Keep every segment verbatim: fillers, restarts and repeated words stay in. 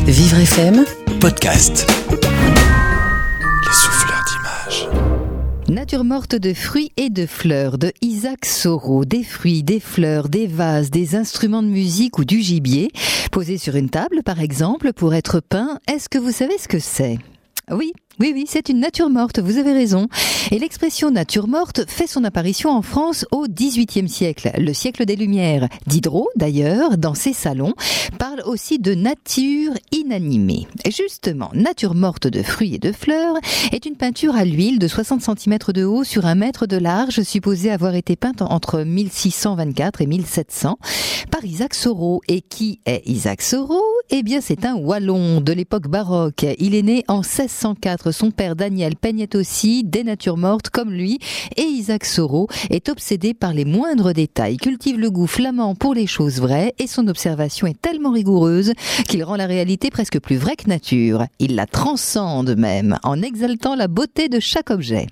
Vivre F M Podcast. Les souffleurs d'images. Nature morte de fruits et de fleurs de Isaac Soro. Des fruits, des fleurs, des vases, des instruments de musique ou du gibier posés sur une table par exemple pour être peints. Est-ce que vous savez ce que c'est ? Oui, oui, oui, c'est une nature morte, vous avez raison. Et l'expression nature morte fait son apparition en France au dix-huitième siècle, le siècle des Lumières. Diderot, d'ailleurs, dans ses salons, parle aussi de nature inanimée. Et justement, nature morte de fruits et de fleurs est une peinture à l'huile de soixante centimètres de haut sur un mètre de large, supposée avoir été peinte entre mille six cent vingt-quatre et mille sept cents par Isaac Soro. Et qui est Isaac Soro ? Eh bien, c'est un Wallon de l'époque baroque. Il est né en seize cent quatre. Son père Daniel peignait aussi des natures mortes comme lui. Et Isaac Soro est obsédé par les moindres détails, cultive le goût flamand pour les choses vraies et son observation est tellement rigoureuse qu'il rend la réalité presque plus vraie que nature. Il la transcende même en exaltant la beauté de chaque objet.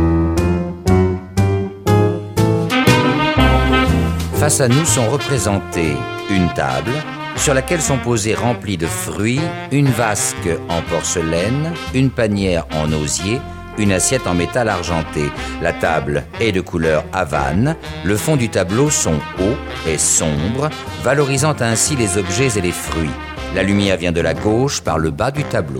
Face à nous sont représentées une table sur laquelle sont posés remplis de fruits, une vasque en porcelaine, une panière en osier, une assiette en métal argenté. La table est de couleur havane, le fond du tableau son haut et sombre, valorisant ainsi les objets et les fruits. La lumière vient de la gauche par le bas du tableau.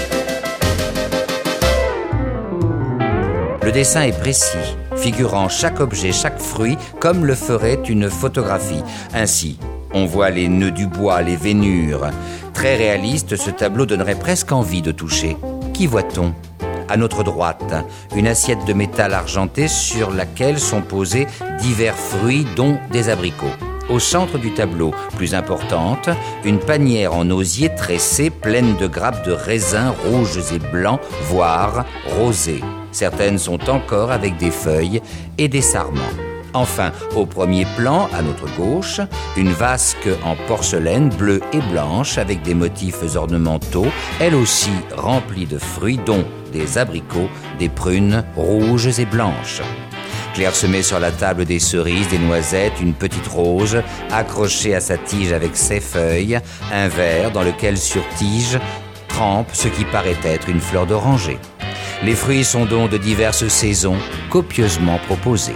Le dessin est précis, figurant chaque objet, chaque fruit, comme le ferait une photographie. Ainsi, on voit les nœuds du bois, les veinures. Très réaliste, ce tableau donnerait presque envie de toucher. Qui voit-on ? À notre droite, une assiette de métal argenté sur laquelle sont posés divers fruits, dont des abricots. Au centre du tableau, plus importante, une panière en osier tressée pleine de grappes de raisins rouges et blancs, voire rosés. Certaines sont encore avec des feuilles et des sarments. Enfin, au premier plan, à notre gauche, une vasque en porcelaine bleue et blanche avec des motifs ornementaux, elle aussi remplie de fruits dont des abricots, des prunes rouges et blanches. Clairsemée sur la table des cerises, des noisettes, une petite rose accrochée à sa tige avec ses feuilles, un verre dans lequel sur tige trempe ce qui paraît être une fleur d'oranger. Les fruits sont donc de diverses saisons, copieusement proposés.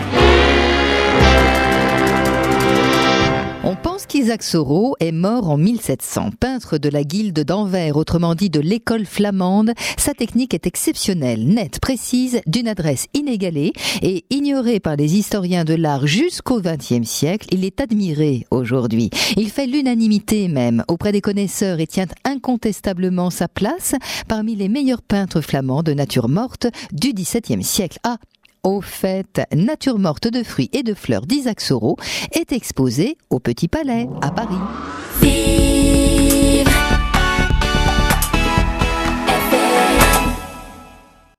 On pense qu'Isaac Soro est mort en mille sept cents. Peintre de la guilde d'Anvers, autrement dit de l'école flamande, sa technique est exceptionnelle, nette, précise, d'une adresse inégalée et ignorée par les historiens de l'art jusqu'au vingtième siècle. Il est admiré aujourd'hui. Il fait l'unanimité même auprès des connaisseurs et tient incontestablement sa place parmi les meilleurs peintres flamands de nature morte du dix-septième siècle. Ah, au fait, nature morte de fruits et de fleurs d'Isaac Soro est exposée au Petit Palais à Paris.